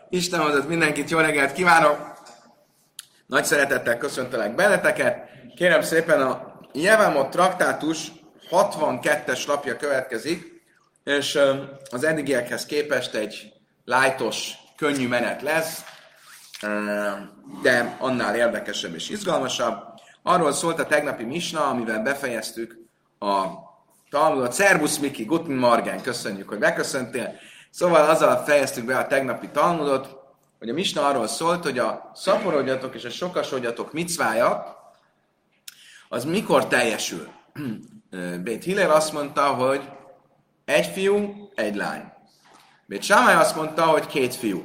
Isten hozott mindenkit, jó reggelt kívánok! Nagy szeretettel köszöntelek benneteket. Kérem szépen, a Jevamot traktátus 62-es lapja következik, és az eddigiekhez képest egy lightos, könnyű menet lesz, de annál érdekesebb és izgalmasabb. Arról szólt a tegnapi misna, amivel befejeztük a Talmudot. Szervusz Miki, guten Morgen, köszönjük, hogy beköszöntél. Szóval azzal fejeztük be a tegnapi Talmudot, hogy a misna arról szólt, hogy a szaporodjatok és a sokasodjatok micvája, az mikor teljesül. Bét Hillel azt mondta, hogy egy fiú, egy lány. Bét Sámály azt mondta, hogy 2 fiú.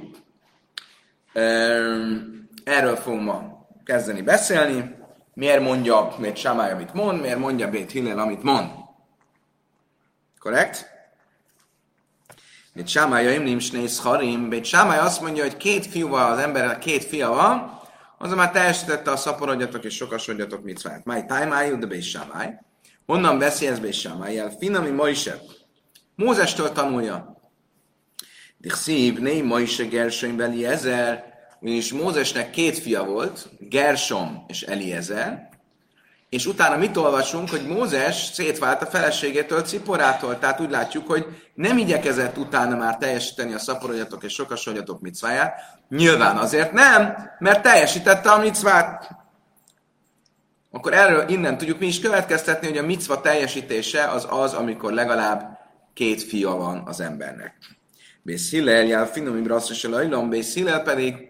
Erről fogunk ma kezdeni beszélni. Miért mondja Bét Sámály, amit mond, miért mondja Bét Hillel, amit mond. Korrekt? Bét Sámály imnim snész harim. Bét Sámály azt mondja, hogy 2 fiúval, az embernek 2 fia van, azon már teljesítette a szaporodjatok és sokasodjatok micvát. Máj tájmájú, de Bét Sámály. Honnan veszi ez Bét Sámály? El finami Mojse. Mózestől tanulja. Dichszív, né Mojse Gershom Eliezer. És Mózesnek 2 fia volt, Gershom és Eliezer. És utána mit olvasunk, hogy Mózes szétvált a feleségétől, Ciporától. Tehát úgy látjuk, hogy nem igyekezett utána már teljesíteni a szaporodjatok és sokasodjatok micváját. Nyilván azért nem, mert teljesítette a micvát. Akkor erről innen tudjuk mi is következtetni, hogy a micva teljesítése az az, amikor legalább 2 fia van az embernek. Bész Hillel, jel finom ibrasszos elajlom, Bész Hillel pedig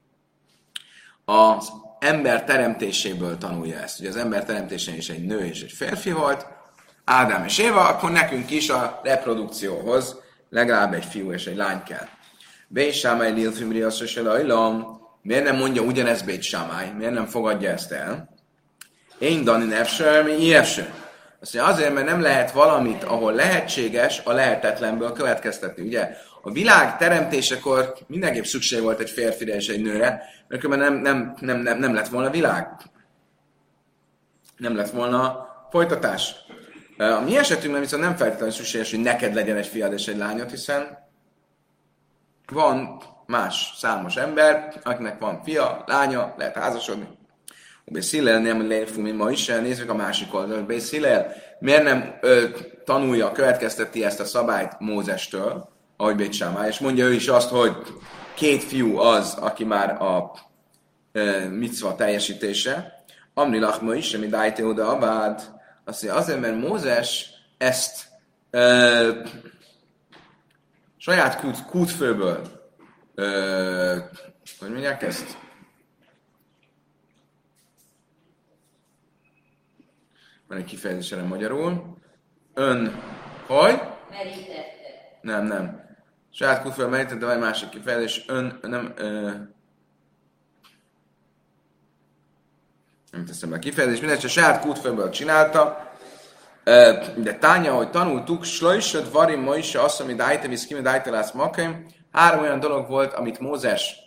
az ember teremtéséből tanulja ezt. Ugye az ember teremtésén is egy nő és egy férfi volt, Ádám és Éva, akkor nekünk is a reprodukcióhoz legalább egy fiú és egy lány kell. Bét Sámály lilfimri asszos elajlom, miért nem mondja ugyanezt Bét Sámály? Miért nem fogadja ezt el? Én Dani Nefsör, mi ilyeső. Azt mondja, azért, mert nem lehet valamit, ahol lehetséges, a lehetetlenből következtetni. Ugye a világ teremtésekor mindenképp szükség volt egy férfire és egy nőre, mert nem lett volna világ. Nem lett volna folytatás. A mi esetünkben viszont nem feltétlenül szükséges, hogy neked legyen egy fiad és egy lányod, hiszen van más számos ember, akinek van fia, lánya, lehet házasodni. Bész Hillel nem lefumi ma is, nézzük a másik oldalon. Bész Hillel miért nem tanulja, következteti ezt a szabályt Mózestől, ahogy Bét Sámály, és mondja ő is azt, hogy 2 fiú az, aki már a micva teljesítése. Amri lachma is, ami dájté oda abád. Azt mondja, azért, mert Mózes ezt saját kútfőből, hogy mondják ezt? Van egy kifejezés erre magyarul. Hogy? Merítette. Nem. Saját kútfőből merítette, de van egy másik kifejezés. Nem teszem be a kifejezés. Mindenesetre saját kútfőből csinálta. De tánya, ahogy tanultuk, slajsod, varim, Mojse, azt, amit dájte, visz kimi, dájte lász makaim. 3 olyan dolog volt, amit Mózes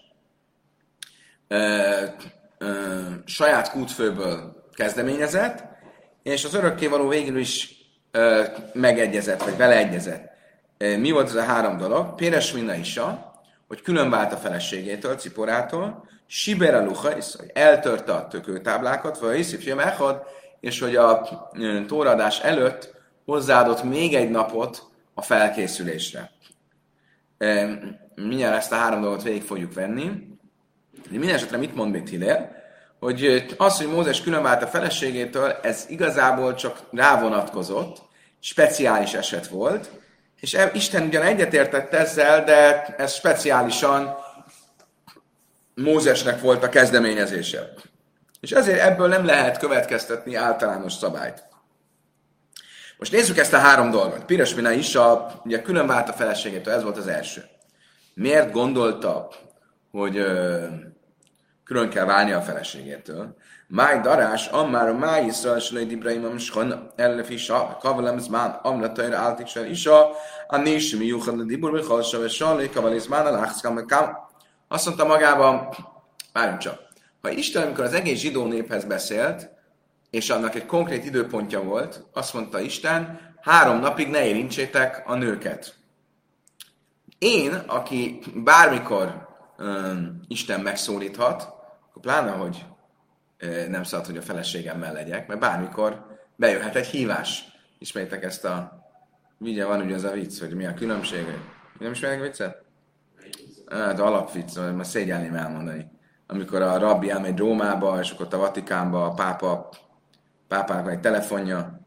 saját kútfőből kezdeményezett, és az örökkévaló végül is megegyezett, vagy beleegyezett. Mi volt ez a 3 dolog? Péres Minna Isa, hogy különvált a feleségétől, Ciporától, Sibera Luchais, hogy eltörte a tökőtáblákat, vagy Iszifjem Echad, és hogy a tóradás előtt hozzáadott még egy napot a felkészülésre. Mindjárt ezt a 3 dolgot végig fogjuk venni. De minden esetre mit mond Bét Hillel? Hogy az, hogy Mózes különvált a feleségétől, ez igazából csak rávonatkozott, speciális eset volt, és Isten ugyan egyetértett ezzel, de ez speciálisan Mózesnek volt a kezdeményezése. És ezért ebből nem lehet következtetni általános szabályt. Most nézzük ezt a 3 dolgot. Piros Mina Isa, ugye különvált a feleségétől, ez volt az első. Miért gondolta, hogy külön kell válni a feleségétől? Máj darás, ammár máj Iszrael, Slöjd Ibrahim, Amskon, Ellef Isa, Kavalem Zmán, Amlataira, Áltiksel Isa, a Nésimi Juchad, Ledibur, Michalsa, Vesalé, Kavalizmán, a Láxkam, azt mondta magában, várjunk csak, ha Isten, amikor az egész zsidó néphez beszélt, és annak egy konkrét időpontja volt, azt mondta Isten, 3 napig ne érintsétek a nőket. Én, aki bármikor Isten megszólíthat, akkor pláne, hogy nem szabad, hogy a feleségemmel legyek, mert bármikor bejöhet egy hívás. Ismerjétek ezt ugye van ugye az a vicc, hogy mi a különbség. Nem ismerjétek a viccet? Hát alapvicc, mert szégyelném elmondani. Amikor a rabbi elmegy Rómába, és akkor ott a Vatikánba a pápának van egy telefonja.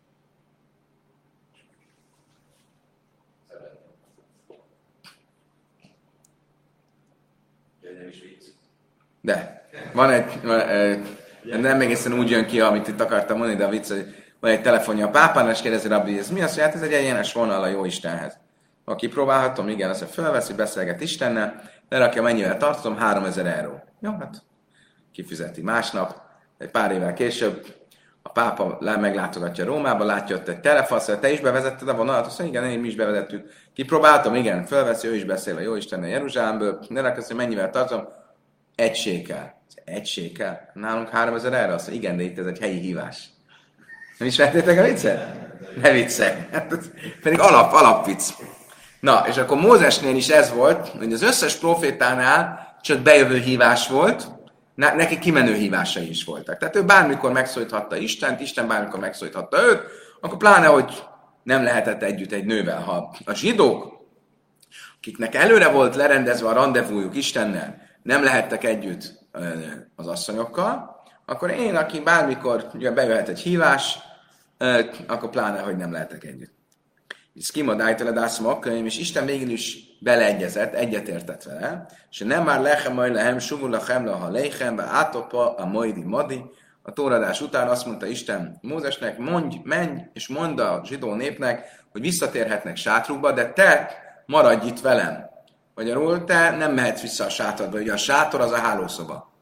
De, nem egészen úgy jön ki, amit itt akartam mondani, de a vicc, hogy van egy telefonja a pápának, és kérdezi rabbi, ez mi? Azt mondja, hát ez egy egyenes vonal a jó Istenhez. Ha kipróbálhatom, igen, azt mondja, fölveszi, beszélget Istennel, lerakja, mennyivel tartom, 3000 euró. Jó, hát kifizeti. Másnap, egy pár évvel később, a pápa meglátogatja Rómába, látja ott egy telefon, azt mondja, te is bevezetted a vonalat? Azt mondja, igen, mi is bevezettük. Kipróbáltam, igen, fölveszi, ő is beszél a jó Istennel Jeruzsálemből, lerakja, hogy mennyivel tartom, 1 sékel. 1 sékel? Nálunk 3000 euró? Azt mondja, igen, de itt ez egy helyi hívás. Nem ismertétek a viccet? Ne viccelj. Pedig alapvicc. Na, és akkor Mózesnél is ez volt, hogy az összes profétánál csak bejövő hívás volt, neki kimenő hívásai is voltak. Tehát ő bármikor megszólíthatta Istent, Isten bármikor megszólíthatta őt, akkor pláne, hogy nem lehetett együtt egy nővel. Ha a zsidók, akiknek előre volt lerendezve a randevújuk Istennel, nem lehettek együtt az asszonyokkal, akkor én, aki bármikor bejöhet egy hívás, akkor pláne, hogy nem lehetek együtt. És Isten végül is beleegyezett, egyetértett vele, és nem már lechem majd lehem, suvul lechem leha lechem, be átopa a majdi madi. A tóradás után azt mondta Isten Mózesnek, menj és mondd a zsidó népnek, hogy visszatérhetnek sátrukba, de te maradj itt velem. Magyarul te nem mehetsz vissza a sátorba, ugye a sátor az a hálószoba.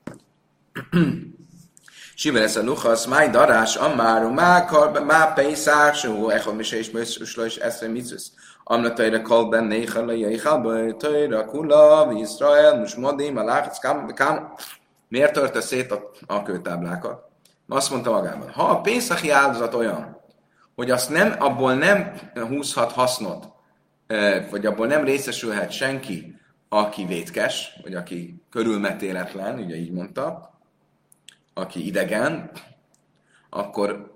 Siver ez a luchasz, máj darás, amáru, má pejszár, sehú, echol, mise is műszusla, és eszre mitzvesz. Amna tajra kolben, néjjala, jajjala, tajra, kula, Izrael, musmodim, a lácsz, kám. Miért törte szét a kőtáblákat? Azt mondta magában, ha a pészachi áldozat olyan, hogy azt abból nem húzhat hasznot, vagy abból nem részesülhet senki, aki vétkes, vagy aki körülmetéletlen, ugye így mondta, aki idegen, akkor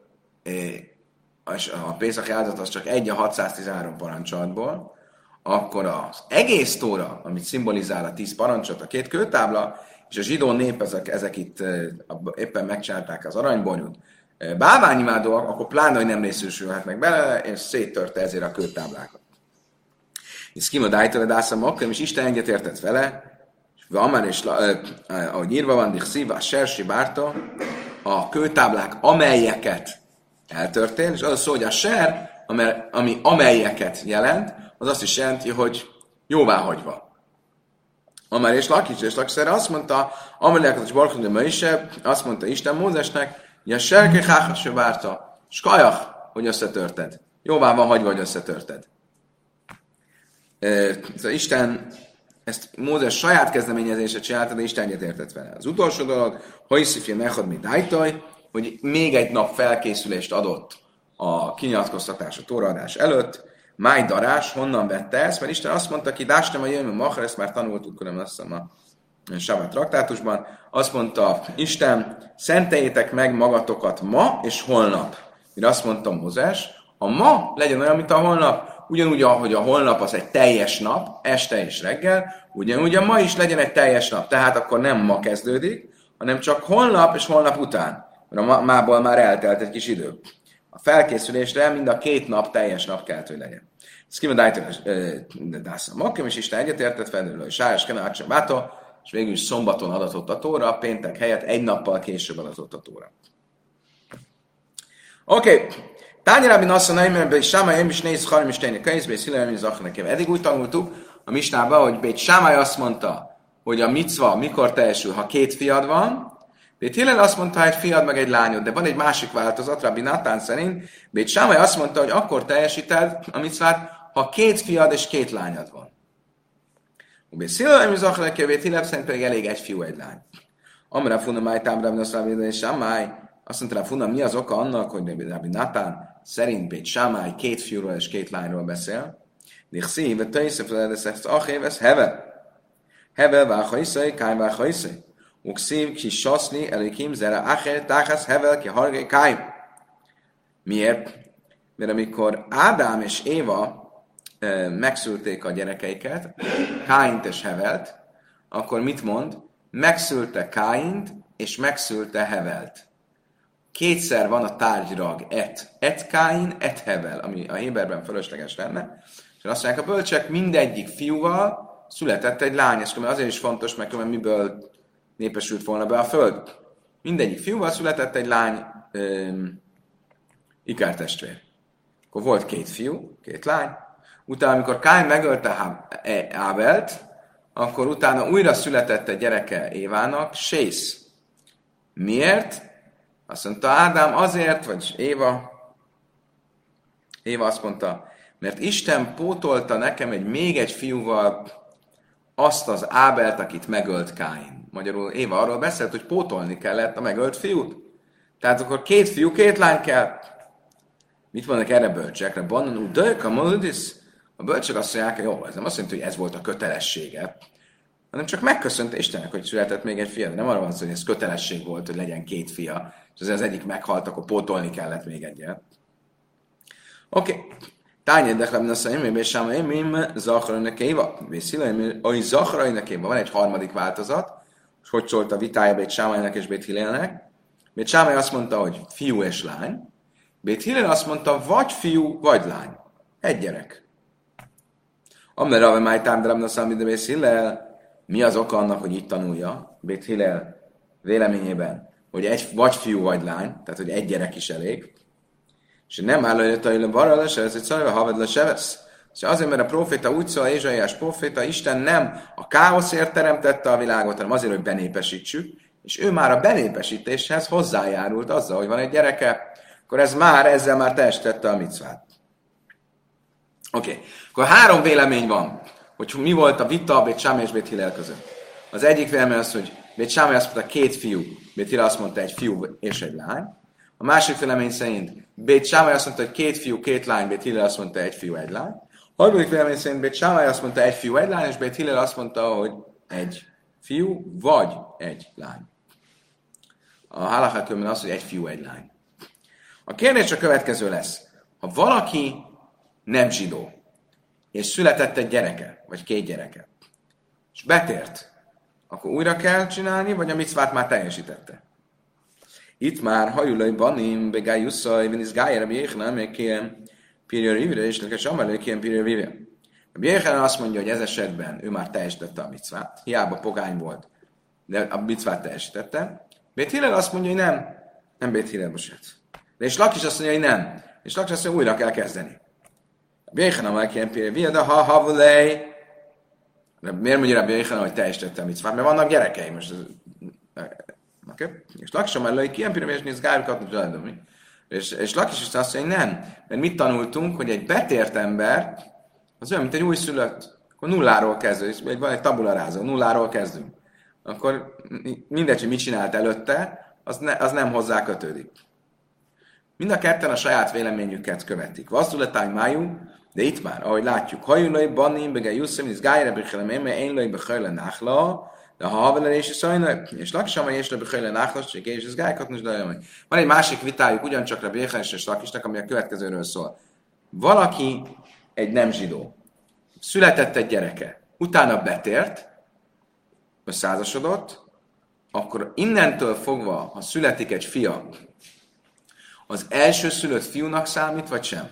a Pészaki áldozat az csak egy a 613 parancsolatból, akkor az egész tóra, amit szimbolizál a 10 parancsot, a 2 kőtábla, és a zsidó nép, ezek itt éppen megcsinálták az aranyborjút, bálványimádóak, akkor pláne, hogy nem részesülhetnek bele, és széttörte ezért a kőtáblákat. És kimadájtól dászom akkor, és Isten egyetértett vele, Amár és ahogy írva van, Dichszíva, Sersi Bárta, a kőtáblák, amelyeket eltörtél, és az a szó, hogy a ser, ami amelyeket jelent, az azt is jelenti, hogy jóváhagyva. Amár és Lakics azt mondta, amelyeket és Barkon de azt mondta Isten Mózesnek, hogy a serke háhasra várta, és kajach, hogy összetörted. Jóvá van hagyva, hogy összetörted. Isten ezt Mózes saját kezdeményezésre csinálta, de Isten egyetértett vele. Az utolsó dolog, hajszifje nechad mit ájtaj, hogy még egy nap felkészülést adott a kinyilatkoztatás, a tóraadás előtt. Máj darás, honnan vette ezt? Mert Isten azt mondta ki, dástem a jöjjön machar, ezt már tanultuk, különben azt hiszem a Sábát traktátusban. Azt mondta Isten, szenteljétek meg magatokat ma és holnap. Mire azt mondta Mózes, a ma legyen olyan, mint a holnap, ugyanúgy, ahogy a holnap az egy teljes nap, este és reggel, ugyanúgy a ma is legyen egy teljes nap. Tehát akkor nem ma kezdődik, hanem csak holnap és holnap után. Mert a mából már eltelt egy kis idő. A felkészülésre mind a 2 nap teljes nap kell, hogy legyen. Ez kimadájtól dász a makkem, és Isten egyetértett felül, hogy sájás kenácsa bátó, és végül is szombaton adatott a tóra, péntek helyett 1 nappal később adatott a tóra. Oké. Tányi Rabbi Nasza Naimerbe és Sámály is néz Harim is tényleg könyvbe, és Hilelem Zachnekev. Eddig úgy tanultuk a misnában, hogy Bét Sámály azt mondta, hogy a micva mikor teljesül, ha 2 fiad van. Bét Hillel azt mondta, hogy egy fiad meg egy lányod, de van egy másik változat, Rabbi Nátán szerint. Bét Sámály azt mondta, hogy akkor teljesíted a micvát, ha 2 fiad és 2 lányod van. Bét Hilelem Zachnekev, Bét Hillel szerint pedig elég egy fiú, egy lány. Amra Funa Májtám Rabbi Nasza és Sámály. Azt mondta rá Funa, mi az oka annak, hogy Rabbi Nátán szerint Bét Sámály 2 fiúról és 2 lányról beszél. Dichszív, a tejszef, ezt achév, ez heve. Hevel váhajszai, Káim váhajszai. Ukszív ki saszni, elikim zera acher, táhász, hevel ki hargé, Káim. Miért? Mert amikor Ádám és Éva megszülték a gyerekeiket, Káint és Hevelt, akkor mit mond? Megszülte Káint, és megszülte Hevelt. Kétszer van a tárgyrag et Káin, et Hevel, ami a héberben fölösleges lenne. És azt mondják, a bölcsek mindegyik fiúval született egy lány, és azért is fontos, mert miből népesült volna be a föld. Mindegyik fiúval született egy lány, ikártestvér. Akkor volt 2 fiú, 2 lány. Utána, amikor Káin megölte Ábelt, akkor utána újra született egy gyereke Évának, Sész. Miért? Azt mondta Ádám azért, vagy Éva azt mondta, mert Isten pótolta nekem még egy fiúval azt az Ábelt, akit megölt Káin. Magyarul Éva arról beszélt, hogy pótolni kellett a megölt fiút. Tehát akkor 2 fiú, 2 lány kell. Mit mondanak erre bölcsekre? Bannan udök, a moludis? A bölcsek azt mondják, jó, ez nem azt jelenti, hogy ez volt a kötelessége, hanem csak megköszönte Istennek, hogy született még egy fia. De nem arra van szó, hogy ez kötelesség volt, hogy legyen 2 fia, és az egyik meghalt, akkor pótolni kellett még egyet. Oké. Tányédek lebben azt mondja, és sáma émim zachrajnak éva. Vészhilaim, ahogy zachrajnak éva. Van egy harmadik változat, és hogy szólt a vitája Bét Sámálynak és Bét Hillelnek. Bét Sámály azt mondta, hogy fiú és lány. Bét Hillel azt mondta, vagy fiú, vagy lány. Egy gyerek. Amner Rave Májtám, de Rabna Szám, de Bét Hillel, mi az oka annak, hogy itt tanulja Bét Hillel véleményében, hogy vagy fiú, vagy lány, tehát hogy egy gyerek is elég. És nem áll, hogy a barra lesevesz, egy szarva haved lesevesz. És azért, mert a proféta úgy szól, Ézsaiás proféta, Isten nem a káoszért teremtette a világot, hanem azért, hogy benépesítsük, és ő már a benépesítéshez hozzájárult azzal, hogy van egy gyereke, akkor ezzel már teljesítette a micvát. Oké. Akkor 3 vélemény van, hogy mi volt a vita Bét Sámály és Bét Hillel között. Az egyik vélemény az, hogy Bét Sámály azt mondta 2 fiú, Bét Hillel azt mondta egy fiú és egy lány. A másik vélemény szerint Bét Sámály azt mondta, hogy 2 fiú, 2 lány, Bét Hillel azt mondta, egy fiú, egy lány. A harmadik vélemény szerint Bét Sámály azt mondta, egy fiú, egy lány, és Bét Hillel azt mondta, hogy egy fiú, vagy egy lány. A halakha az, hogy egy fiú, egy lány. A kérdés a következő lesz. Ha valaki nem zsidó, és született egy gyereke, vagy 2 gyereke, és betért, akkor újra kell csinálni, vagy a micvát már teljesítette? Itt már hajulaj banim, begájusszaj, vinisz gájára bjéhna, még kiem pirja rívire, és nekes amelő kiem pirja rívire. A bjéhna azt mondja, hogy ez esetben ő már teljesítette a micvát, hiába pogány volt, de a micvát teljesítette. Bét Hillel azt mondja, hogy nem Bét Hillel, bocsánat. De és Lakis azt mondja, hogy nem. És Lakis azt mondja, újra kell kezdeni. A bjéhna már kiem pirja rívire, de ha havulej. Miért mondja a bjéhna, hogy teljesítette a micvát? Mert vannak gyerekei most. Okay. És Lakis mellé ilyen piramis néz gárukat, és Lakis is azt mondja, hogy nem. Mert mit tanultunk, hogy egy betért ember az olyan, mint egy újszülött. Akkor nulláról kezdünk, vagy van egy tabularázó, nulláról kezdünk. Akkor mindegy, hogy mit csinált előtte, az nem hozzá kötődik. Mind a ketten a saját véleményüket követik. Vasszulatány májú, de itt már, ahogy látjuk, hajulaj, banim, bege jusszam, ez gájra, bechelem, én laj, bechelem, náhla, de ha havelerés is szajnak, és laksam, és lebbi hajle náhlas, és ez gálykat most dajamai. Van egy másik vitájuk, ugyancsak Rabbi Jéhás és Lakisnak, ami a következőről szól. Valaki egy nem zsidó, született egy gyereke, utána betért, összeházasodott, akkor innentől fogva, ha születik egy fia, az első szülött fiúnak számít, vagy sem?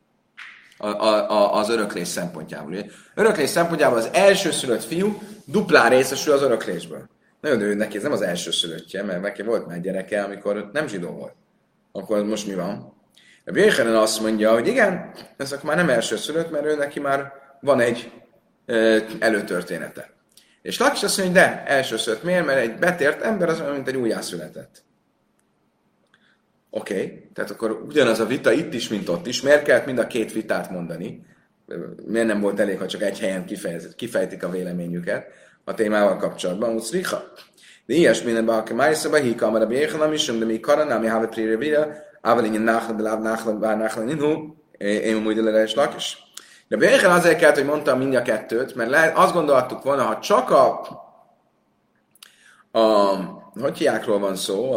Az öröklés szempontjából. Öröklés szempontjából az első szülött fiú duplán részesül az öröklésből. Nagyon ő neki ez nem az első szülöttje, mert neki volt már gyereke, amikor nem zsidó volt. Akkor most mi van? A Bjéhenen azt mondja, hogy igen, ez akkor már nem első szülött, mert ő neki már van egy előtörténete. És Lakis azt mondja, hogy de, első szülött. Miért? Mert egy betért ember az olyan, mint egy újjászületett. Oké, tehát akkor ugyanaz a vita itt is, mint ott is. Miért kellett mind a 2 vitát mondani? Miért nem volt elég, ha csak egy helyen kifejtik a véleményüket a témával kapcsolatban? Ucriha. De ilyesmiben, aki májszaba híka, mert a bjéhanam is, de mi karan, ami havet prére vire, ával ingyen náhla, de láb náhla, bár náhla ninhu, én úgy elere és Lakis. De Béhen azért kellett, hogy mondtam mind a kettőt, mert azt gondoltuk volna, ha csak hogy hiákról van szó,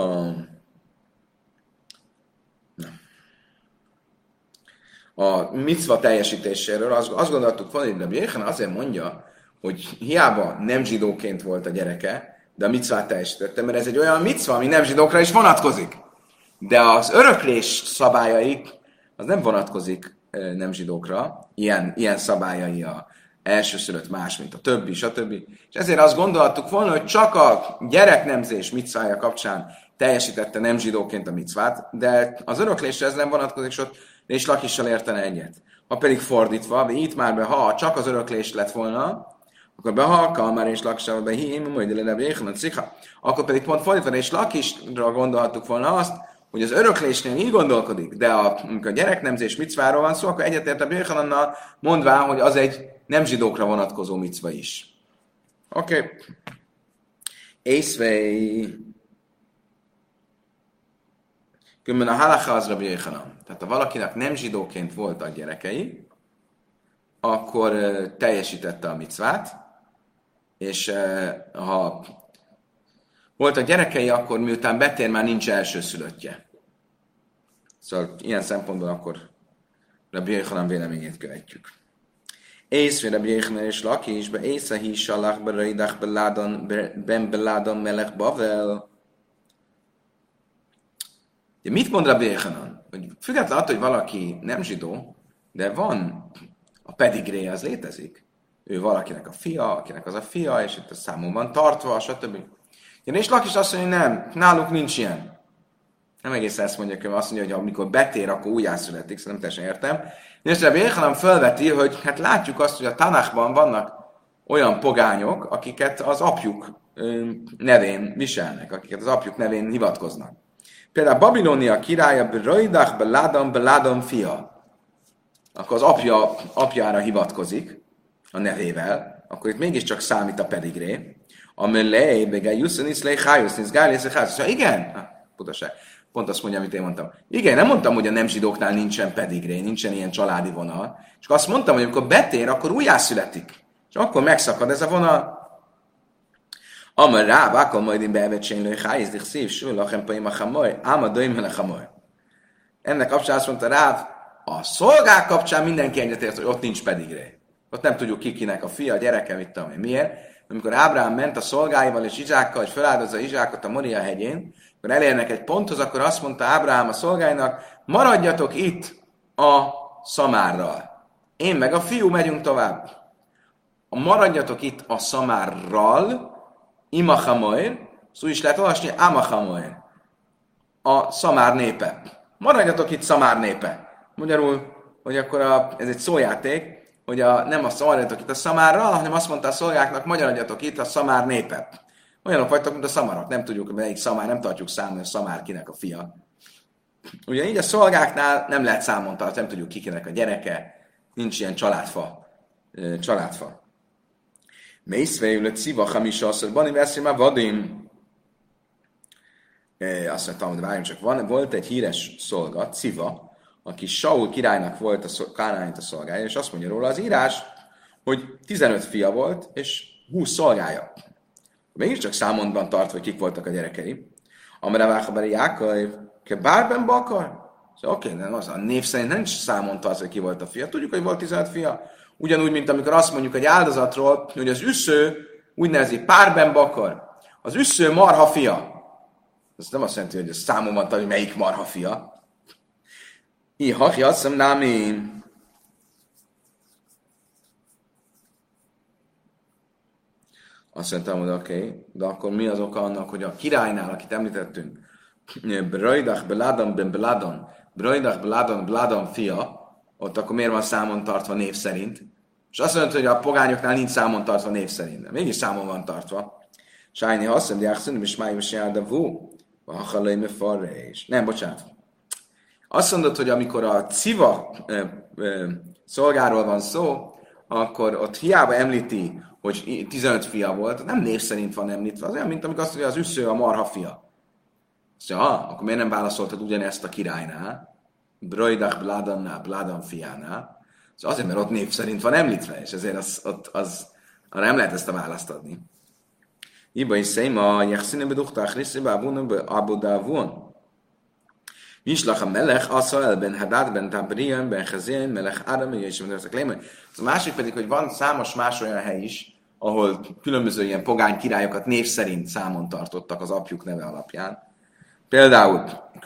a micva teljesítéséről, azt gondoltuk volna, hogy Rabbi Jéhan azért mondja, hogy hiába nem zsidóként volt a gyereke, de a micvát teljesítette, mert ez egy olyan micva, ami nem zsidókra is vonatkozik. De az öröklés szabályaik, az nem vonatkozik nem zsidókra, ilyen szabályai a elsőszülött más, mint a többi, stb. És ezért azt gondoltuk volna, hogy csak a gyereknemzés micvája kapcsán teljesítette nem zsidóként a micvát, de az öröklésre ez nem vonatkozik, és Lakissal értene egyet. Ha pedig fordítva, itt már be, ha csak az öröklés lett volna, akkor be halkal már és Lakissal be hím, majd akkor pedig pont fordítva, és Lakisra gondolhattuk volna azt, hogy az öröklésnél így gondolkodik, de amikor a gyereknemzés micváról van szó, akkor egyetért a Bérhanannal mondván, hogy az egy nem zsidókra vonatkozó micva is. Oké. Észvei. Különben a halacha az Rabbi Jéhanan. Tehát ha valakinek nem zsidóként volt a gyerekei, akkor teljesítette a micvát, és ha volt a gyerekei, akkor miután betér, már nincs elsőszülöttje. Szóval ilyen szempontból akkor Rabbi Jéhanan véleményét követjük. Észve Rabbi Jéhanan és Lakis, be észre hísalach, be reidach, ben beládon melech Bavel. De mit mond Rabbi Jéhanan? Hogy függetlenül attól, hogy valaki nem zsidó, de van a pedigré, az létezik. Ő valakinek a fia, akinek az a fia, és itt a számon van tartva, stb. És Lakis azt mondja, hogy nem, náluk nincs ilyen. Nem egészen ezt mondja, hogy azt mondja, hogy amikor betér, akkor újjászületik, szóval nem teljesen értem. És Rabbi Jéhanan felveti, hogy hát látjuk azt, hogy a Tanachban vannak olyan pogányok, akiket az apjuk nevén viselnek, akiket az apjuk nevén hivatkoznak. Például Babilónia királya Beroidach Beládam fia. Akkor az apjára hivatkozik a nevével, akkor itt mégiscsak számít a pedigré. Amelé, begel Jussenis lé Hájusznis, Gálész Hájusznis. Igen, butaság. Pont azt mondja, amit én mondtam. Igen, nem mondtam, hogy a nem zsidóknál nincsen pedigré, nincsen ilyen családi vonal. És azt mondtam, hogy amikor betér, akkor újjászületik. És akkor megszakad ez a vonal. Amar rá, vákkal majd én bevecsén lőj hájizdik szív, sül, lachem paim a hamoly, ám a döim a hamoly. Ennek kapcsán azt mondta rá, a szolgák kapcsán mindenki egyetért, hogy ott nincs pedigré. Ott nem tudjuk kinek a fia, a gyereke, mit tudom én, miért. Amikor Ábrahám ment a szolgáival és Izsákkal, hogy feláldozza Izsákot a Moria hegyén, akkor elérnek egy ponthoz, akkor azt mondta Ábrahám a szolgáinak, maradjatok itt a szamárral. Én meg a fiú megyünk tovább. Maradjatok itt a szamárral, imachamoir, szó is lehet olvasni, amachamoir. A szamár népe. Maradjatok itt szamár népe. Magyarul, hogy akkor ez egy szójáték, hogy nem azt maradjatok itt a szamárral, hanem azt mondta a szolgáknak, maradjatok itt a szamár népe. Olyanok vagytok, mint a szamarak. Nem tudjuk, hogy melyik szamár, nem tartjuk számon, hogy a szamár kinek a fia. Ugyanígy a szolgáknál nem lehet számon tartani, nem tudjuk kinek a gyereke, nincs ilyen családfa. Mészvejül a civa hamisa asszor, bani veszély már vadim. Azt mondtam, hogy várjunk csak, volt egy híres szolga, Civa, aki Saul királynak volt a Kánaánit a szolgája, és azt mondja róla az írás, hogy 15 fia volt, és 20 szolgája. Mégiscsak számon tartva, hogy kik voltak a gyerekei. Amire Váchabari Jákai, bárben bakar? Szóval oké, nem az a név szerint nincs számon tartva, hogy ki volt a fia. Tudjuk, hogy volt 15 fia. Ugyanúgy, mint amikor azt mondjuk egy áldozatról, hogy az üssző úgy nevezik párben bakar. Az üssző marha fia. Ez nem azt jelenti, hogy ez számon van, hogy melyik marha fia. Haki azt hiszem, námi. Azt mondtam, hogy oké, de akkor mi az oka annak, hogy a királynál, akit említettünk, Brajdach Beladon ben Beladon, Brajdach Beladon Beladon fia, ott akkor miért van számon tartva név szerint? És azt mondta, hogy a pogányoknál nincs számon tartva név szerint, de mégis számon van tartva. Sájni hasszem, de ákszönöm, és május se áldavú, a hachalai és nem, bocsánat. Azt mondod, hogy amikor a civa szolgáról van szó, akkor ott hiába említi, hogy 15 fia volt, nem név szerint van említve, az olyan, mint amikor azt mondja, az üssző a marha fia. Szóval, akkor miért nem válaszoltad ugyanezt a királynál, Brojdach Bladannál, Bladan fiánál, Azért, mert ott név szerint van említve, és ezért arra nem lehet ezt a választ adni. Iba is széma, jechszíne beduchtál, Krisztibe, abudavon. Vislach a melech, Aszael, ben Hadad, ben Tabrian, ben Chazén, melech Áram, és mondják lémel. A másik pedig, hogy van számos más olyan hely is, ahol különböző ilyen pogány királyokat név szerint számon tartottak az apjuk neve alapján. Például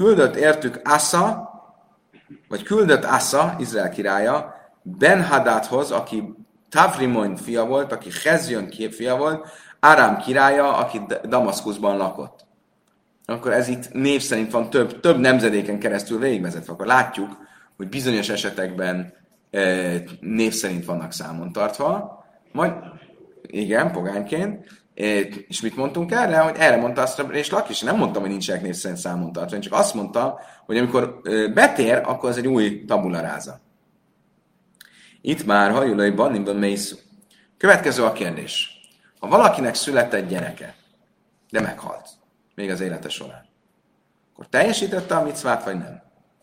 küldött Assa, Izrael királya, Ben Hadadhoz, aki Tavrimon fia volt, aki Hezjon fia volt, Árám királya, aki Damaszkuszban lakott. Akkor ez itt név szerint van több nemzedéken keresztül végigvezetve. Akkor látjuk, hogy bizonyos esetekben név szerint vannak számon tartva. Majd, igen, pogányként. És mit mondtunk erre? Hogy erre mondta azt, és Lakis, nem mondtam, hogy nincsenek név szerint számon tartva. Én csak azt mondtam, hogy amikor betér, akkor az egy új tabula ráza. Itt már hajulai bannimban mészú. Következő a kérdés. Ha valakinek született gyereke, de meghalt, még az élete során, akkor teljesítette a micvát, vagy nem?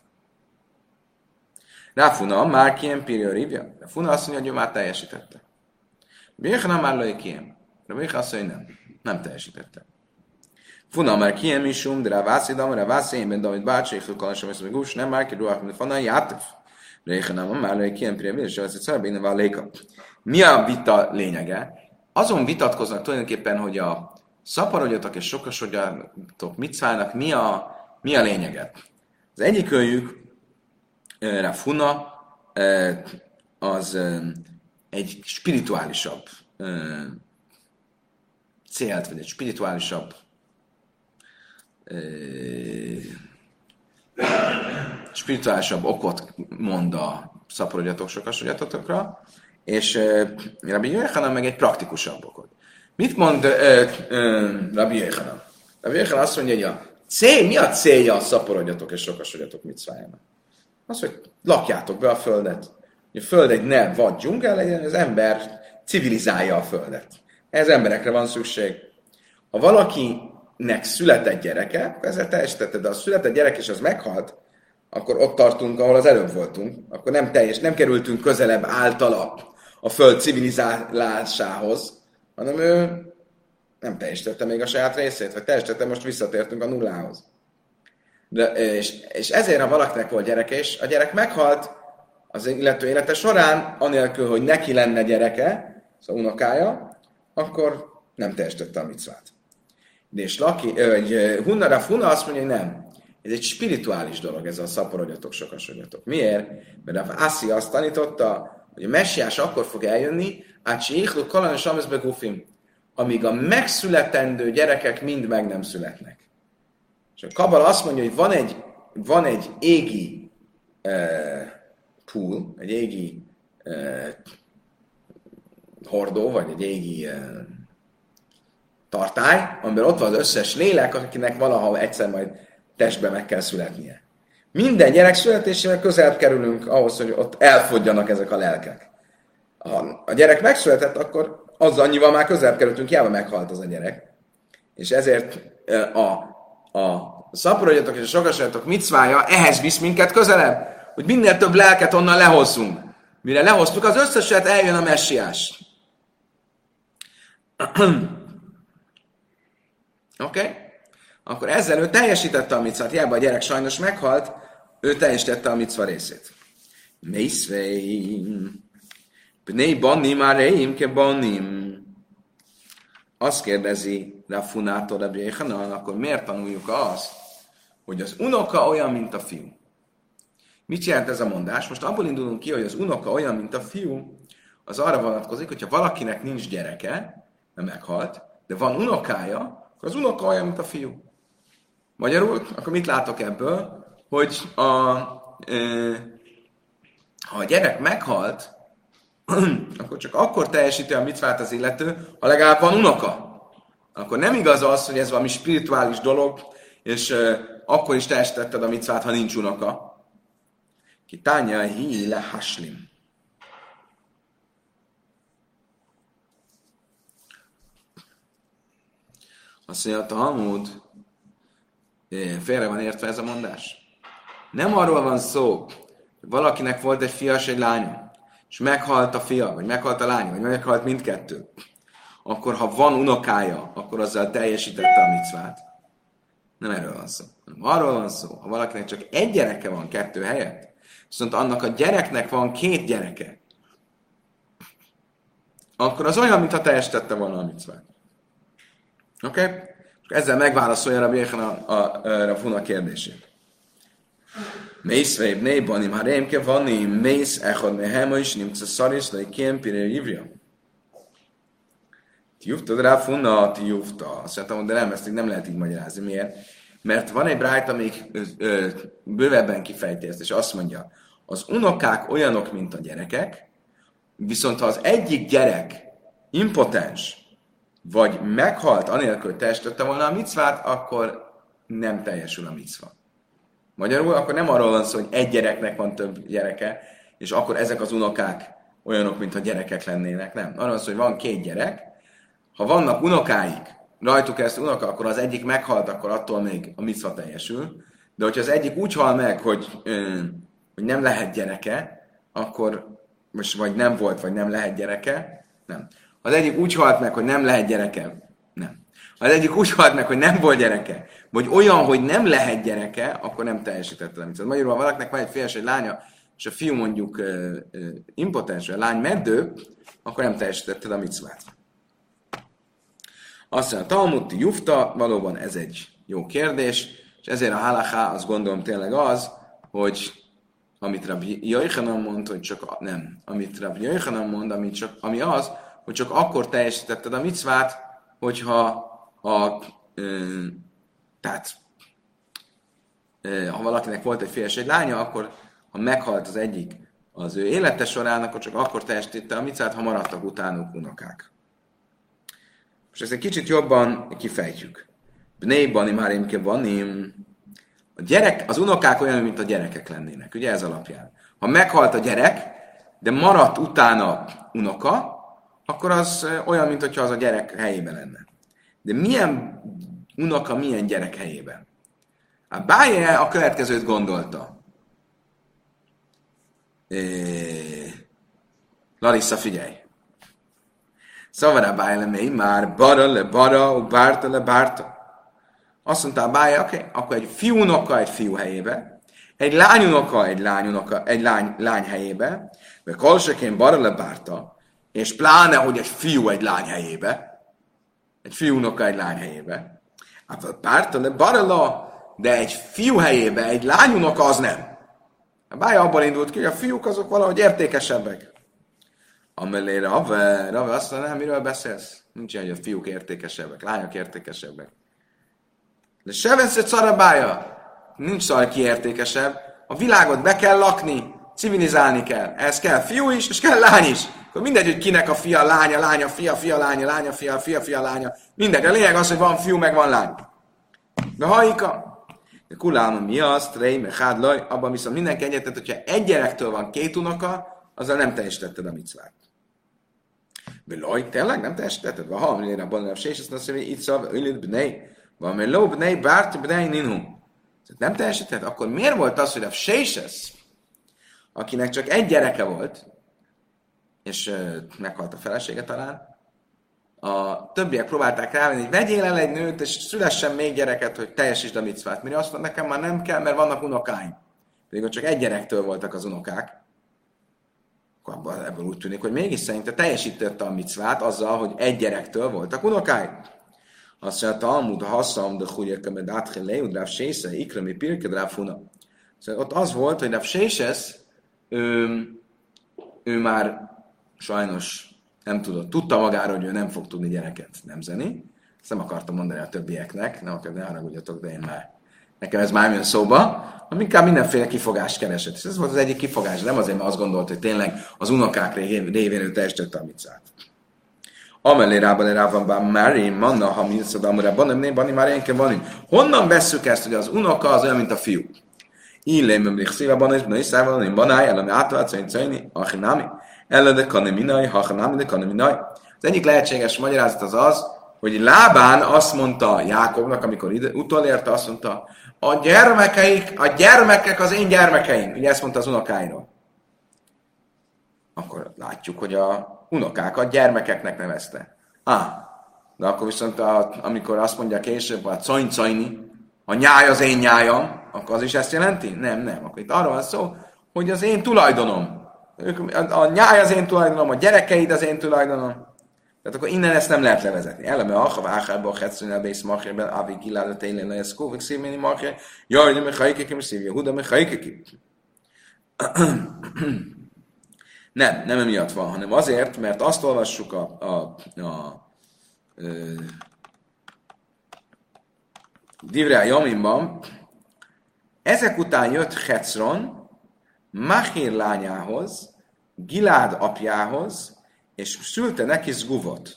Ráfuna, már kiem periorívja. Ráfuna azt mondja, hogy ő már teljesítette. Béhana már lőj kiem. Béhana azt mondja, hogy nem teljesítette. Funa már kiem isum, de rávászi, én ben David bácsi, és Lukalasem, és Megus, nem már ki ruhák, mint fana, játif. Béhana már lőj kiem periorívja, és az egy szarbéne váléka. Mi a vita lényege? Azon vitatkoznak tulajdonképpen, hogy a szaporodjatok és sokasodjatok micvának mi a lényege. Az egyik őjük, Rafuna, az egy spirituálisabb célt, vagy egy spirituálisabb okot mond a szaporodjatok, sokasodjatokra, és Rabbi Yochanan meg egy praktikusabb okot. Mit mond Rabbi Yochanan? Rabbi Yochanan azt mondja, hogy mi a célja a szaporodjatok és sokasodjatok micvájának? Az, hogy lakjátok be a földet. A föld egy nem vad dzsungel legyen, az ember civilizálja a földet. Ez emberekre van szükség. Ha valakinek született gyereke, akkor ezzel teljesítette, de ha született gyerek és az meghalt, akkor ott tartunk, ahol az előbb voltunk. Akkor nem kerültünk közelebb általa a föld civilizálásához, hanem ő nem teljesítette még a saját részét, vagy teljesítette, most visszatértünk a nullához. És ezért, ha valakinek volt gyereke, és a gyerek meghalt az illető élete során, anélkül, hogy neki lenne gyereke, az unokája, akkor nem teljesítette a micvát. És Huna azt mondja, hogy nem. Ez egy spirituális dolog, ez a szaporodjatok, sokasodjatok. Miért? Mert a Assi azt tanította, hogy a messiás akkor fog eljönni, amíg a megszületendő gyerekek mind meg nem születnek. És a Kabala azt mondja, hogy van egy égi pool, egy égi hordó, vagy egy égi tartály, amiben ott van az összes lélek, akinek valaha egyszer majd testbe meg kell születnie. Minden gyerek születésével közelebb kerülünk ahhoz, hogy ott elfogyjanak ezek a lelkek. Ha a gyerek megszületett, akkor az annyival már közelebb kerültünk, hiába meghalt az a gyerek. És ezért a szaporodjatok és a sokasodjatok micvája ehhez visz minket közelebb, hogy minél több lelket onnan lehozzunk. Mire lehoztuk, az összeset eljön a messiás. Oké? Akkor ezzel ő teljesítette a micvát. Hiába a gyerek sajnos meghalt, ő teljesítette a micva részét. Mészveim. Bnei bannim áreim ke bannim. Azt kérdezi Rafunától Rabbi Yochanan, akkor miért tanuljuk azt, hogy az unoka olyan, mint a fiú? Mit jelent ez a mondás? Most abból indulunk ki, hogy az unoka olyan, mint a fiú, az arra vonatkozik, hogyha valakinek nincs gyereke, mert meghalt, de van unokája, akkor az unoka olyan, mint a fiú. Magyarul, akkor mit látok ebből? Hogy ha a gyerek meghalt, akkor csak akkor teljesíti a micvát az illető, ha legalább van unoka. Akkor nem igaz az, hogy ez valami spirituális dolog, és akkor is teljesítetted a micvát, ha nincs unoka. Ki tánya hi le haslim. Azt mondja, a Talmud, félre van értve ez a mondás. Nem arról van szó, hogy valakinek volt egy fia és egy lánya, és meghalt a fia, vagy meghalt a lánya, vagy meghalt mindkettő, akkor ha van unokája, akkor azzal teljesítette a micvát. Nem erről van szó. Arról van szó, ha valakinek csak egy gyereke van 2 helyett, viszont annak a gyereknek van 2 gyereke, akkor az olyan, mintha teljesítette volna a micvát. Oké? Okay? Ezzel megválaszolja Rabbi Yochanan a Rav Huna kérdését. Mész vébb nébanim, ha rémke vanni, mész echad mehema is, nimca szaris, de kém piré ivria. Ti juftad Rav Huna, ti jufta. Azt mondtam, de nem, ezt így nem lehet így magyarázni. Miért? Mert van egy brájt, amelyik bővebben kifejti ezt, és azt mondja, az unokák olyanok, mint a gyerekek, viszont ha az egyik gyerek impotens, vagy meghalt anélkül, hogy teljesítette volna a micvát, akkor nem teljesül a micva. Magyarul akkor nem arról van szó, hogy egy gyereknek van több gyereke, és akkor ezek az unokák olyanok, mintha gyerekek lennének. Nem. Arról van szó, hogy van 2 gyerek, ha vannak unokáik, rajtuk ezt unoka, akkor az egyik meghalt, akkor attól még a micva teljesül. De hogyha az egyik úgy hal meg, hogy nem lehet gyereke, akkor, vagy nem volt, vagy nem lehet gyereke, nem. Ha az egyik úgy halt meg, hogy nem lehet gyereke, nem. Ha az egyik úgy halt meg, hogy nem volt gyereke, vagy olyan, hogy nem lehet gyereke, akkor nem teljesítette a micvát. Magyarul, ha valakinek van egy fia, egy lánya, és a fiú mondjuk impotens, vagy a lány meddő, akkor nem teljesítette a micvát. Azt mondja, Talmud jufta, valóban ez egy jó kérdés, és ezért a halaká azt gondolom tényleg az, hogy amit Rabbi Yochanan mond, hogy csak nem. Amit Rabbi Yochanan mond, ami az, hogy csak akkor teljesítetted a micvát, hogyha ha valakinek volt egy fia és egy lánya, akkor ha meghalt az egyik az ő élete során, akkor csak akkor teljesítette a micvát, ha maradtak utánuk unokák. És ezt egy kicsit jobban kifejtjük. Bnei banim harimke banim. Az unokák olyan, mint a gyerekek lennének, ugye ez alapján. Ha meghalt a gyerek, de maradt utána unoka, akkor az olyan, mintha az a gyerek helyében lenne. De milyen unoka, milyen gyerek helyében? A Báje a következőt gondolta. Larissa, figyelj! Szóval a Báje lemei már bara le bara, bárta le bárta. Azt mondta a Báje, oké, akkor egy fiú unoka egy fiú helyébe, egy lány unoka egy lány helyébe, vagy kolsekén bara le bárta, és pláne, hogy egy fiú egy lány helyébe, egy fiú unoka egy lány helyébe, akkor bárta le bara, de egy fiú helyébe egy lány unoka az nem. A Báje abban indult ki, hogy a fiúk azok valahogy értékesebbek. Amelé Rave azt mondja, nem, miről beszélsz? Nincs ilyen, hogy a fiúk értékesebbek, lányok értékesebbek. De se veszed szarabája, nincs szar ki értékesebb. A világot be kell lakni, civilizálni kell. Ez kell fiú is, és kell lány is. Akkor mindegy, hogy kinek a fia, lánya, fia, lánya, lánya, fia, lánya. Mindegy, a lényeg az, hogy van fiú, meg van lány. De haika. De kulálma mi az, trej, meg hádlaj, abban viszont mindenki egyetett, hogyha egy gyerektől van 2 unoka, azzal nem teljesítetted a micvát. Belaj, tényleg nem teljesítetted? Ha hamlére abban a sés, azt mondja, hogy itt szava, öljött bnei, van meló bnei, bárti bnei ninhu. Nem teljesített? Akkor miért volt az, hogy a séses, akinek csak egy gyereke volt, és meghalt a felesége talán, a többiek próbálták rávenni, hogy vegyél el egy nőt, és szülessen még gyereket, hogy teljesítsd a micvát. Mire azt mondta, nekem már nem kell, mert vannak unokáim. Pedig csak egy gyerektől voltak az unokák. Akkor ebből úgy tűnik, hogy mégis szerinte teljesítette a micvát azzal, hogy egy gyerektől voltak unokáim. Azt mondja, Talmud, hasszam, de húgyek, áthe leud, ráv sésze, ikrami pirked, ráv huna. Szóval ott az volt, hogy ráv séses, ő már sajnos nem tudott. Tudta magáról, hogy ő nem fog tudni gyereket nemzeni. Ezt nem akartam mondani a többieknek, ne haragudjatok, de én már. Nekem ez már jön szóba, inkább mindenféle kifogást keresett. És ez volt az egyik kifogás, nem azért, mert azt gondolt, hogy tényleg az unokák révén ő teljesítette a micvát. Amelé rában Mári, manna, ha mi szad, amurában nem bani már énke van. Honnan vesszük ezt, hogy az unoka az olyan, mint a fiú? Illém, ömlik szívában, és bnai szával, én banáj, elemi átvált, szöjni, achinámi, ellede kaneminaj, hachanámi, de kaneminaj. Az egyik lehetséges magyarázat az, hogy Lábán azt mondta Jákobnak, amikor utolérte, azt mondta, a gyermekek az én gyermekeim. Ugye ezt mondta az unokáiról. Akkor Látjuk, hogy a unokákat gyermekeknek nevezte. De akkor viszont amikor azt mondja később, a cajni, a nyáj az én nyájam, akkor az is ezt jelenti? Nem. Akkor itt arról van szó, hogy az én tulajdonom. A nyáj az én tulajdonom, a gyerekeid az én tulajdonom. Tehát akkor innen ezt nem lehet levezetni. Eleme achav áhárba, hetszűnel bész machérben, avi giláda tényleg lesz kóvik szívméni machér, jaj, de mechaikekim szív, Jehuda mechaikekim. Nem emiatt van, hanem azért, mert azt olvassuk Divrei Jamimban, ezek után jött Hecron, Machir lányához, Gilád apjához, és szülte neki Zguvot.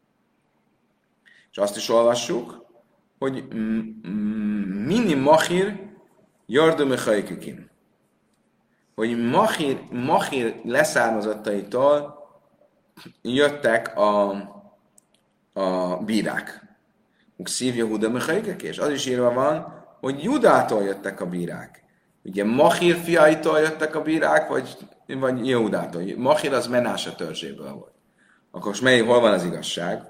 És azt is olvassuk, hogy Mini Machir Jardum Mechaikekim. Hogy Machir leszármazottaitól jöttek a bírák. Szív Jehuda Mechaikek, és az is írva van, hogy Judától jöttek a bírák. Ugye Machir fiaitól jöttek a bírák, vagy Jehudától. Machir az Menáse törzséből volt. Akkor most hol van az igazság?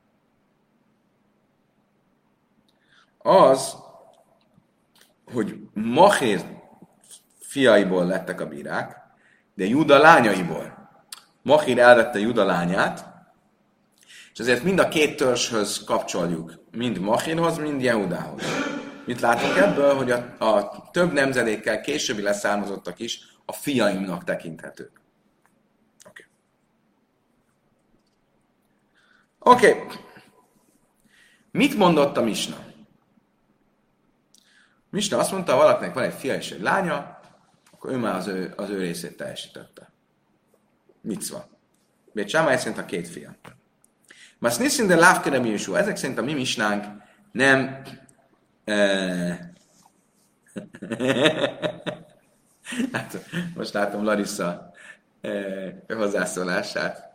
Az, hogy Machir fiaiból lettek a bírák, de Juda lányaiból. Machir elvette Juda lányát, és ezért mind a két törzshöz kapcsoljuk, mind Machirhoz, mind Jehudához. Mit látunk ebből, hogy a több nemzedékkel későbbi leszármazottak is a fiaimnak tekinthetők. Oké. Mit mondott a Misna? Misna azt mondta, ha valakinek van egy fia és egy lánya, akkor ő már az ő részét teljesítette. Micva. Bét Sámály szerint a két fia. Mas niszin de lávkere mi is. Ezek szerint a mi misnánk nem hát, most látom Larissa hozzászólását.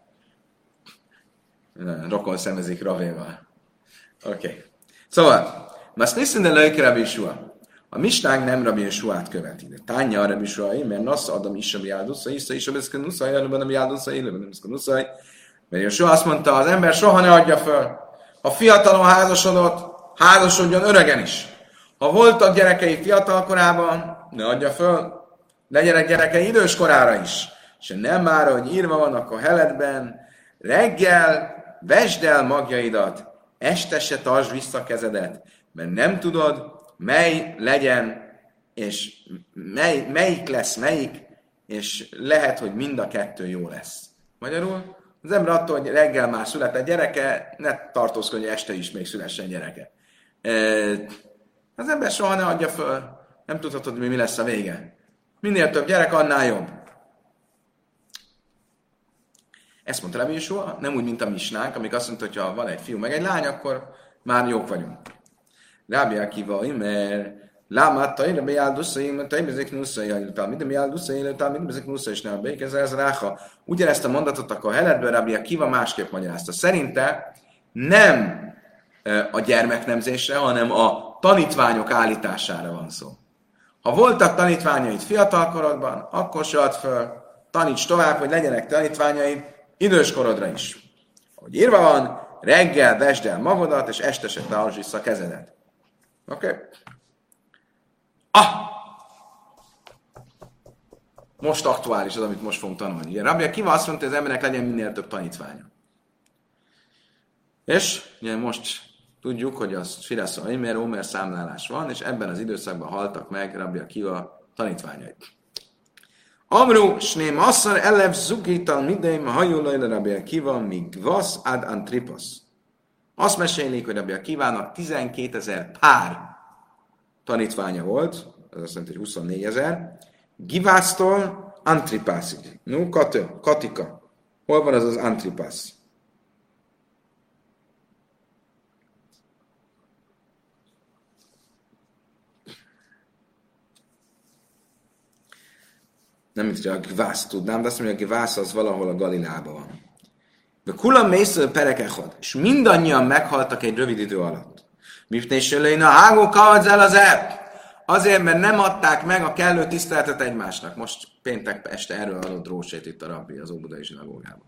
Rokon szemezik Ravéval. Oké. Szóval, mas niszin de lőkere mi is. A misnánk nem Rabbi Jesuát követi. De tánja a Rabbi Jesuai, mert nasz Adam is a jádusza, is a beszkenuszai, előben a jádusza, előben a beszkenuszai. Mert Jesua azt mondta, az ember soha ne adja föl. Ha fiatalon házasodott, házasodjon öregen is. Ha voltak gyerekei fiatal korában, ne adja föl. Legyenek gyerekei idős korára is. És nem már, hogy írva van a Koheletben, reggel vesd el magjaidat, este se tartsd vissza kezedet, mert nem tudod, mely legyen, és melyik lesz melyik, és lehet, hogy mind a kettő jó lesz. Magyarul, az ember attól, hogy reggel már született gyereke, ne tartózkodj, hogy este is még szülessen gyereke. Az ember soha ne adja föl, nem tudhatod, mi lesz a vége. Minél több gyerek, annál jobb. Ezt mondta Rabbi Jesua, nem úgy, mint a misnánk, amik azt mondta, hogy ha van egy fiú meg egy lány, akkor már jók vagyunk. Rabbi Akiva, mert lámát Rabbi Jáldusza, mert Tajbezik Nusszai, mit Jáldusza, mit Bezik Nusszai, és nem békez ez ráha. Ugyanezt a mondatot a Koheletből Rabbi Akiva másképp magyarázta. Szerinte nem a gyermeknemzésre, hanem a tanítványok állítására van szó. Ha voltak tanítványaid fiatalkorodban, akkor se add föl, taníts tovább, hogy legyenek tanítványaid időskorodra is. Ahogy írva van, reggel vesd el magadat, és este se tartsd vissza a kezedet. Oké? Most aktuális az, amit most fogunk tanulni. Ugye Rabbi Akiva azt mondta, hogy az embernek legyen minél több tanítványa. És ugye most tudjuk, hogy az Firasza Imer, Omer számlálás van, és ebben az időszakban haltak meg Rabbi Akiva tanítványai. Amru, sném asszar elev zugital midejm hajulajla Rabbi Akiva, míg vasz ad antripasz. Azt mesélik, hogy Rabbi Akivának 12 000 pár tanítványa volt, az azt jelenti, hogy 24 000, Givásztól Antripászig. No, Katika. Hol van az Antripász? Nem mint, hogy a Givász tudnám, de azt mondja, hogy a Givász az valahol a Galileában van. De kulam mésző perekechod, és mindannyian meghaltak egy rövid idő alatt. Mifnésölőin a hágó kaladzel az el. Azért, mert nem adták meg a kellő tiszteletet egymásnak. Most péntek este erről adott drósét itt a rabbi az óbudai zsinagógában.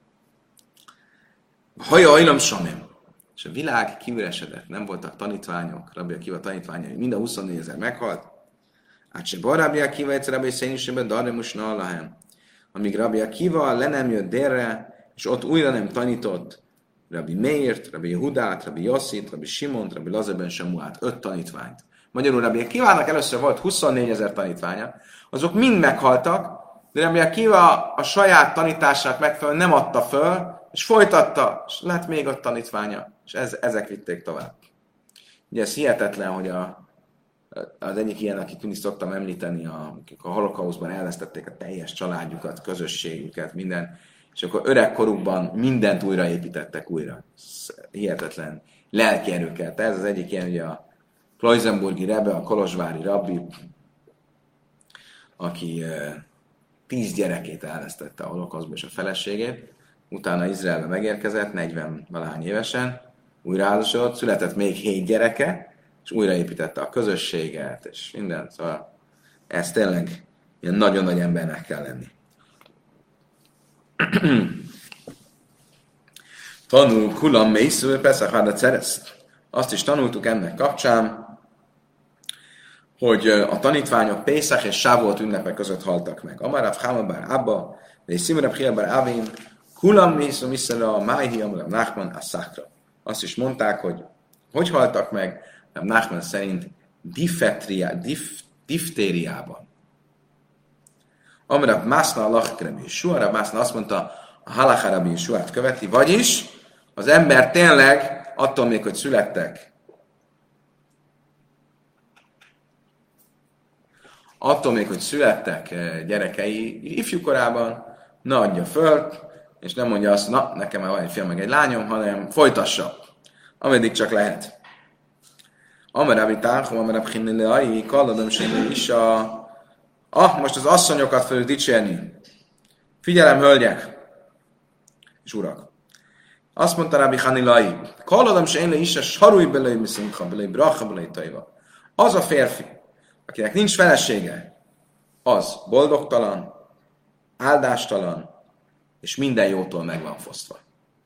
Haja ajlam samim. És a világ kiüresedett, nem voltak tanítványok, Rabbi Akiva tanítványai, mind a 24 000 meghalt. Hát se bar Rabbi Akiva egyszer Rabbi Szénisében Darremusna Allahem. Amíg Rabbi Akiva le nem jött délre, és ott újra nem tanított Rabbi Meért, Rabbi Jehudát, Rabbi Yosszit, Rabbi Simont, Rabbi Lazarben Samuát, 5 tanítványt. Magyarul Rabbi Akivának először volt 24 000 tanítványa, azok mind meghaltak, de Rabbi Akiva a saját tanítását megfelelően nem adta föl, és folytatta, és lett még 5 tanítványa, és ezek vitték tovább. Ugye ez hihetetlen, hogy az egyik ilyen, akit mindig szoktam említeni, akik a holokauszban elvesztették a teljes családjukat, közösségüket, minden, és akkor öregkorukban mindent újraépítettek újra. Ez hihetetlen lelki erőkkel. Ez az egyik ilyen, ugye a Kloisenburgi Rebbe, a kolozsvári rabbi, aki 10 gyerekét elvesztette a holokauszban és a feleségét, utána Izraelbe megérkezett, 40-valahány évesen, újraházasodott, született még 7 gyereke, és újraépítette a közösséget, és minden. Szóval ez tényleg ilyen nagyon nagy embernek kell lenni. Tanul kulam mészül Pesach Cereszt. Azt is tanultuk ennek kapcsán, hogy a tanítványok Pészach és Sávolt ünnepek között haltak meg. Amarav Hámabár Abba, és Szimrab Hiabár Avin, kulam mészül Miszera, Májhi Amram Nachman a Szakra. Azt is mondták, hogy haltak meg, nem Nachman szerint diftériában. Amrab Mászna a Lachkremi Yeshua, Rab Mászna azt mondta, a Halakha Rabbi Yeshuát követi, vagyis az ember tényleg attól még, hogy születtek, gyerekei ifjúkorában, ne adja föl, és nem mondja azt, na, nekem már van egy fiam meg egy lányom, hanem folytassa, ameddig csak lehet. Amarabi Tánchom, Amarab Chinnileai, Kalladom Sénő is most az asszonyokat fogjuk dicsérni. Figyelem, hölgyek és urak. Azt mondta Rabbi Hanilai, Kalladom Sénő is sarúj belői miszimcha, belői bracha, belői tajva. Az a férfi, akinek nincs felesége, az boldogtalan, áldástalan, és minden jótól meg van fosztva.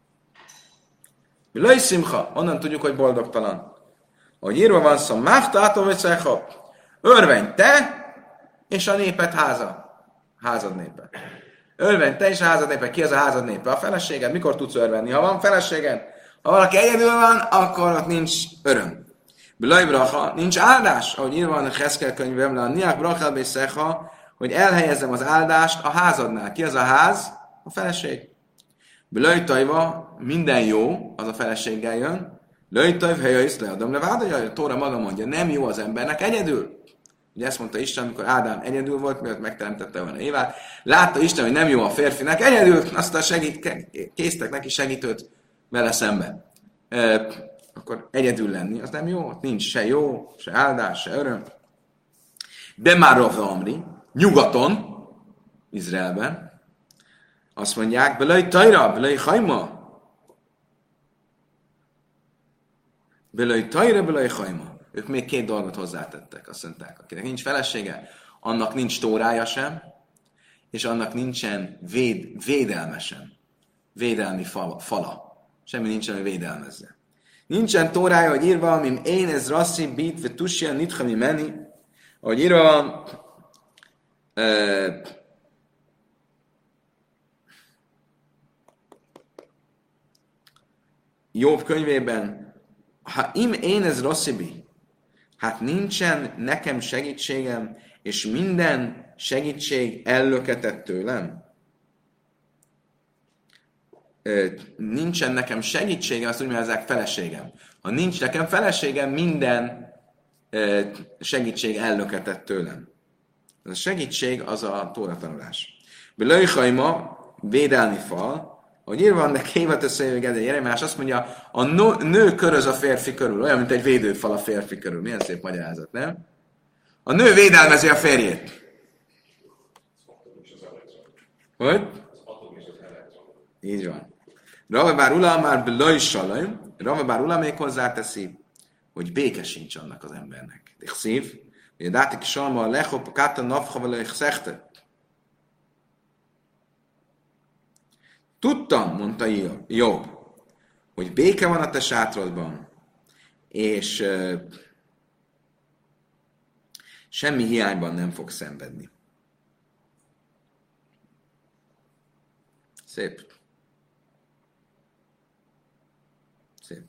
Belői szimcha, onnan tudjuk, hogy boldogtalan. Ahogy írva van szó, máftától vagy szecha, örvenj te, és a néped házad népe. Örvenj te és a házad népe. Ki az a házad népe? A feleséged. Mikor tudsz örvenni? Ha van feleséged, ha valaki egyedül van, akkor ott nincs öröm. Bilaj bracha, nincs áldás. Ahogy írva van a Heszkel könyvemben, a Niák bracha beszecha, hogy elhelyezzem az áldást a házadnál. Ki az a ház? A feleség. Bilaj tajva, minden jó, az a feleséggel jön. Lőjtöv, helyeis, leadom, levádolja, a Tóra maga mondja, nem jó az embernek egyedül. Ugye ezt mondta Isten, amikor Ádám egyedül volt, mielőtt megteremtette volna Évát. Látta Isten, hogy nem jó a férfinak egyedül, aztán késztek neki segítőt vele szembe. Akkor egyedül lenni, az nem jó, nincs se jó, se áldás, se öröm. De már Ravda Amri, nyugaton, Izraelben, azt mondják, belőj tajra, belőj hajma, belőj tajra, belőj hajma. Ők még 2 dolgot hozzátettek, azt mondták, akinek nincs felesége, annak nincs tórája sem, és annak nincsen védelme sem. Védelmi fala. Semmi nincsen, hogy védelmezze. Nincsen tórája, hogy írva, amim én ez rasszi, bít, ve tussia, nithami meni, ahogy írva van, Jobb könyvében, ha én ez rosszibi, hát nincsen nekem segítségem, és minden segítség ellöketett tőlem. Nincsen nekem segítségem, azt úgy mondják feleségem. Ha nincs nekem feleségem, minden segítség ellöketett tőlem. Ez a segítség az a tóratanulás. Belőjhajma, védelmi fal, hogy írva van, de kévateszélyük ez egy Jeremás, azt mondja, a nő köröz a férfi körül, olyan, mint egy védőfal a férfi körül. Milyen szép magyarázat, nem? A nő védelmezi a férjét. Hogy? Így van. Rava bár ula már belaj salaj, Rava bár ula még hozzáteszi, hogy béke sincs annak az embernek. De szív, hogy a dátik salma a lechop a káta napha vele szekte. Tudtam, mondta Jobb, hogy béke van a te sátrodban, és semmi hiányban nem fog szenvedni. Szép. Szép.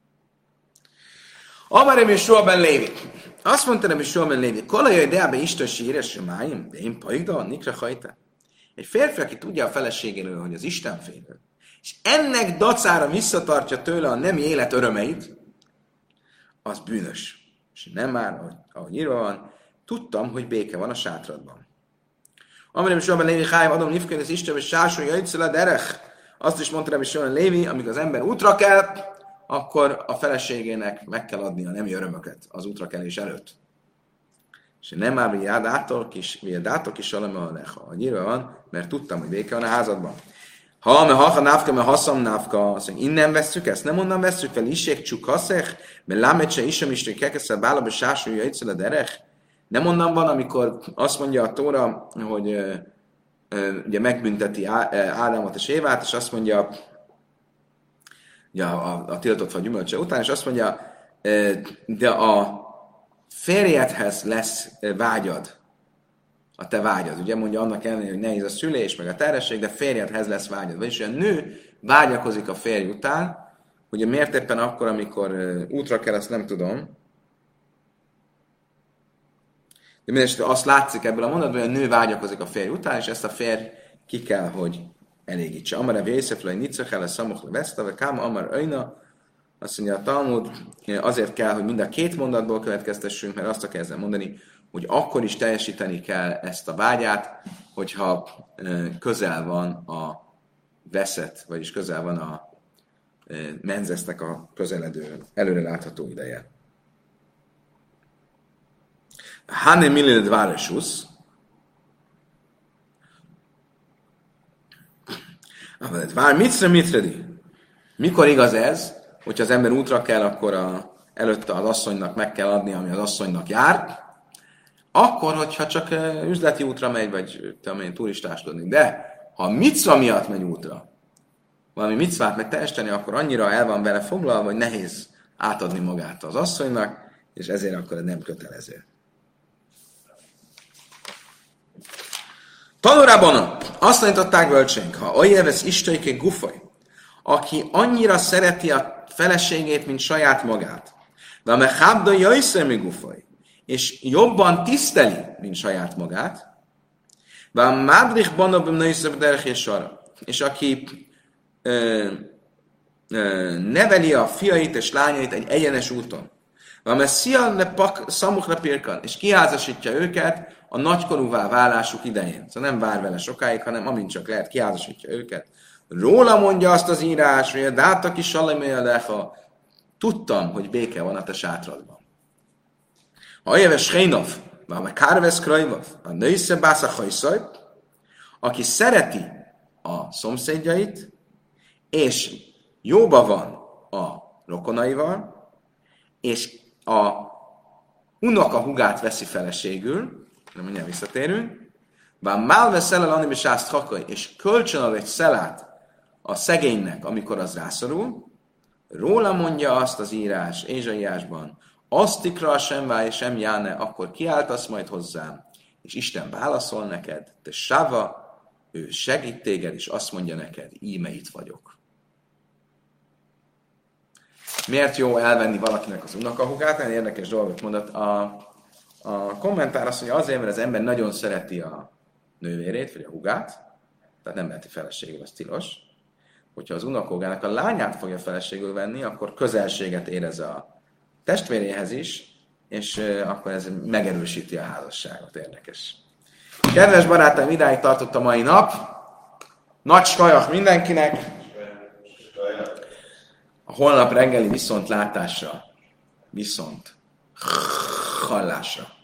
Amarem és Soha ben Lévi. Azt mondta nem is Soha ben Lévi, kolajai deábe Isten síres máim, de én pajda, nikra hajta. Egy férfi, aki tudja a feleségéről, hogy az Isten félő, és ennek dacára visszatartja tőle a nemi élet örömeit, az bűnös. És nem már, ahogy írva van, tudtam, hogy béke van a sátradban. Amelem is Soha ben Lévi hájam adom nifkön, az Isten, és sásó jöjjtszöl a derech. Azt is mondta, hogy Soha ben Lévi, amíg az ember útra kell, akkor a feleségének meg kell adni a nemi örömöket az útrakelés előtt. És nem már viadátok is alama a nyírva van, mert tudtam, hogy béke van a házadban. Ha me hacha návka, me haszam návka, azt mondja, innen vesszük ezt, nem onnan vesszük fel, iség csuk haszech, mert lámecse isem istő kekeszel bála, be sásúja egyszer a derech. Nem onnan van, amikor azt mondja a Tóra, hogy ugye megbünteti Ádámot és Évát, és azt mondja, ugye a tiltott vagy gyümölcse után, és azt mondja, de a férjedhez lesz vágyad, a te vágyad. Ugye mondja annak ellenére, hogy nehéz a szülés, meg a terhesség, de férjedhez lesz vágyad. Vagyis a nő vágyakozik a férj után, ugye miért éppen akkor, amikor útra kell, azt nem tudom. De mindesetre azt látszik ebből a mondatból, hogy a nő vágyakozik a férj után, és ezt a férj ki kell, hogy elégítse. Amara vészefle, nicachele, szamokle, vesztave, káma, amar öjna. Azt mondja a Talmud, azért kell, hogy mind a két mondatból következtessünk, mert azt kell ezzel mondani, hogy akkor is teljesíteni kell ezt a vágyát, hogyha közel van a veszet, vagyis közel van a menzesznek a közeledő, előre látható ideje. Hanem milled városusz, vár mitredi. Mikor igaz ez? Hogyha az ember útra kell, akkor előtte az asszonynak meg kell adni, ami az asszonynak jár. Akkor, hogyha csak üzleti útra megy, vagy turistáskodni. De ha a micva miatt megy útra, valami micvát meg teljesíteni, akkor annyira el van vele foglalva, hogy nehéz átadni magát az asszonynak, és ezért akkor nem kötelező. Tanulában azt tanították bölcsénk, ha olyevesz isteike gufaj, aki annyira szereti a feleségét, mint saját magát, de a mechabda jöjszemi gufaj, és jobban tiszteli, mint saját magát, de a mádrich banabim nőszöbb derechésarra, és aki neveli a fiait és lányait egy egyenes úton, de a messzia lepak szamukra pirkan, és kiházasítja őket a nagykorúvá válásuk idején. Szóval nem vár vele sokáig, hanem amint csak lehet, kiházasítja őket. Róla mondja azt az írás, hogy a dátak is salamélya lefa, tudtam, hogy béke van a te sátradban. Ha éves Rénov, vagy Kárvesz Krajvov, a nősze bász a hajszaj, aki szereti a szomszédjait, és jóba van a rokonaival, és a unoka hugát veszi feleségül, de mindjárt visszatérünk, bár málve szelel anim és ászt hakai, és kölcsönad egy szelát a szegénynek, amikor az rászorul, róla mondja azt az írás, Ézsaiásban, asztikra sem válj, sem jáne, akkor kiáltasz majd hozzám, és Isten válaszol neked, te sáva, ő segít téged, és azt mondja neked, íme itt vagyok. Miért jó elvenni valakinek az unokahugát? Nagyon érdekes dolgot mondott. A kommentár azt mondja, azért, mert az ember nagyon szereti a nővérét, vagy a hugát, tehát nem veheti feleségül, az tilos. Hogyha az unokahugának a lányát fogja feleségül venni, akkor közelséget érez a testvéréhez is, és akkor ez megerősíti a házasságot. Érdekes. Kedves barátaim, idáig tartott a mai nap. Nagy skajak mindenkinek. A holnap reggeli viszontlátásra, viszont hallásra.